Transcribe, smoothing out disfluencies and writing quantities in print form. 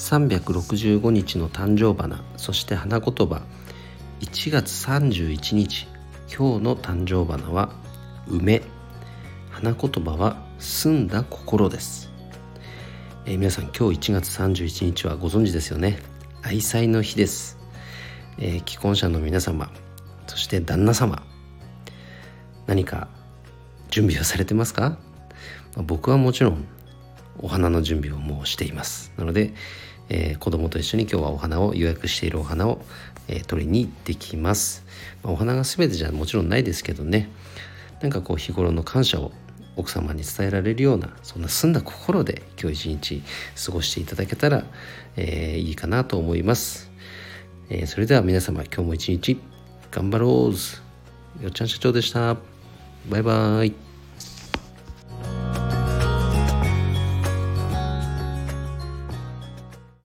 365日の誕生花、そして花言葉。1月31日、今日の誕生花は梅、花言葉は澄んだ心です。皆さん、今日1月31日はご存知ですよね。愛妻の日です。既婚者の皆様、そして旦那様、何か準備をされてますか？僕はもちろんお花の準備をもうしています。なので、子供と一緒に今日はお花を予約しているお花を、取りに行ってきます。お花が全てじゃもちろんないですけどね、なんか日頃の感謝を奥様に伝えられるような、そんな澄んだ心で今日一日過ごしていただけたら、いいかなと思います。それでは皆様、今日も一日頑張ろう。よっちゃん社長でした。バイバイ。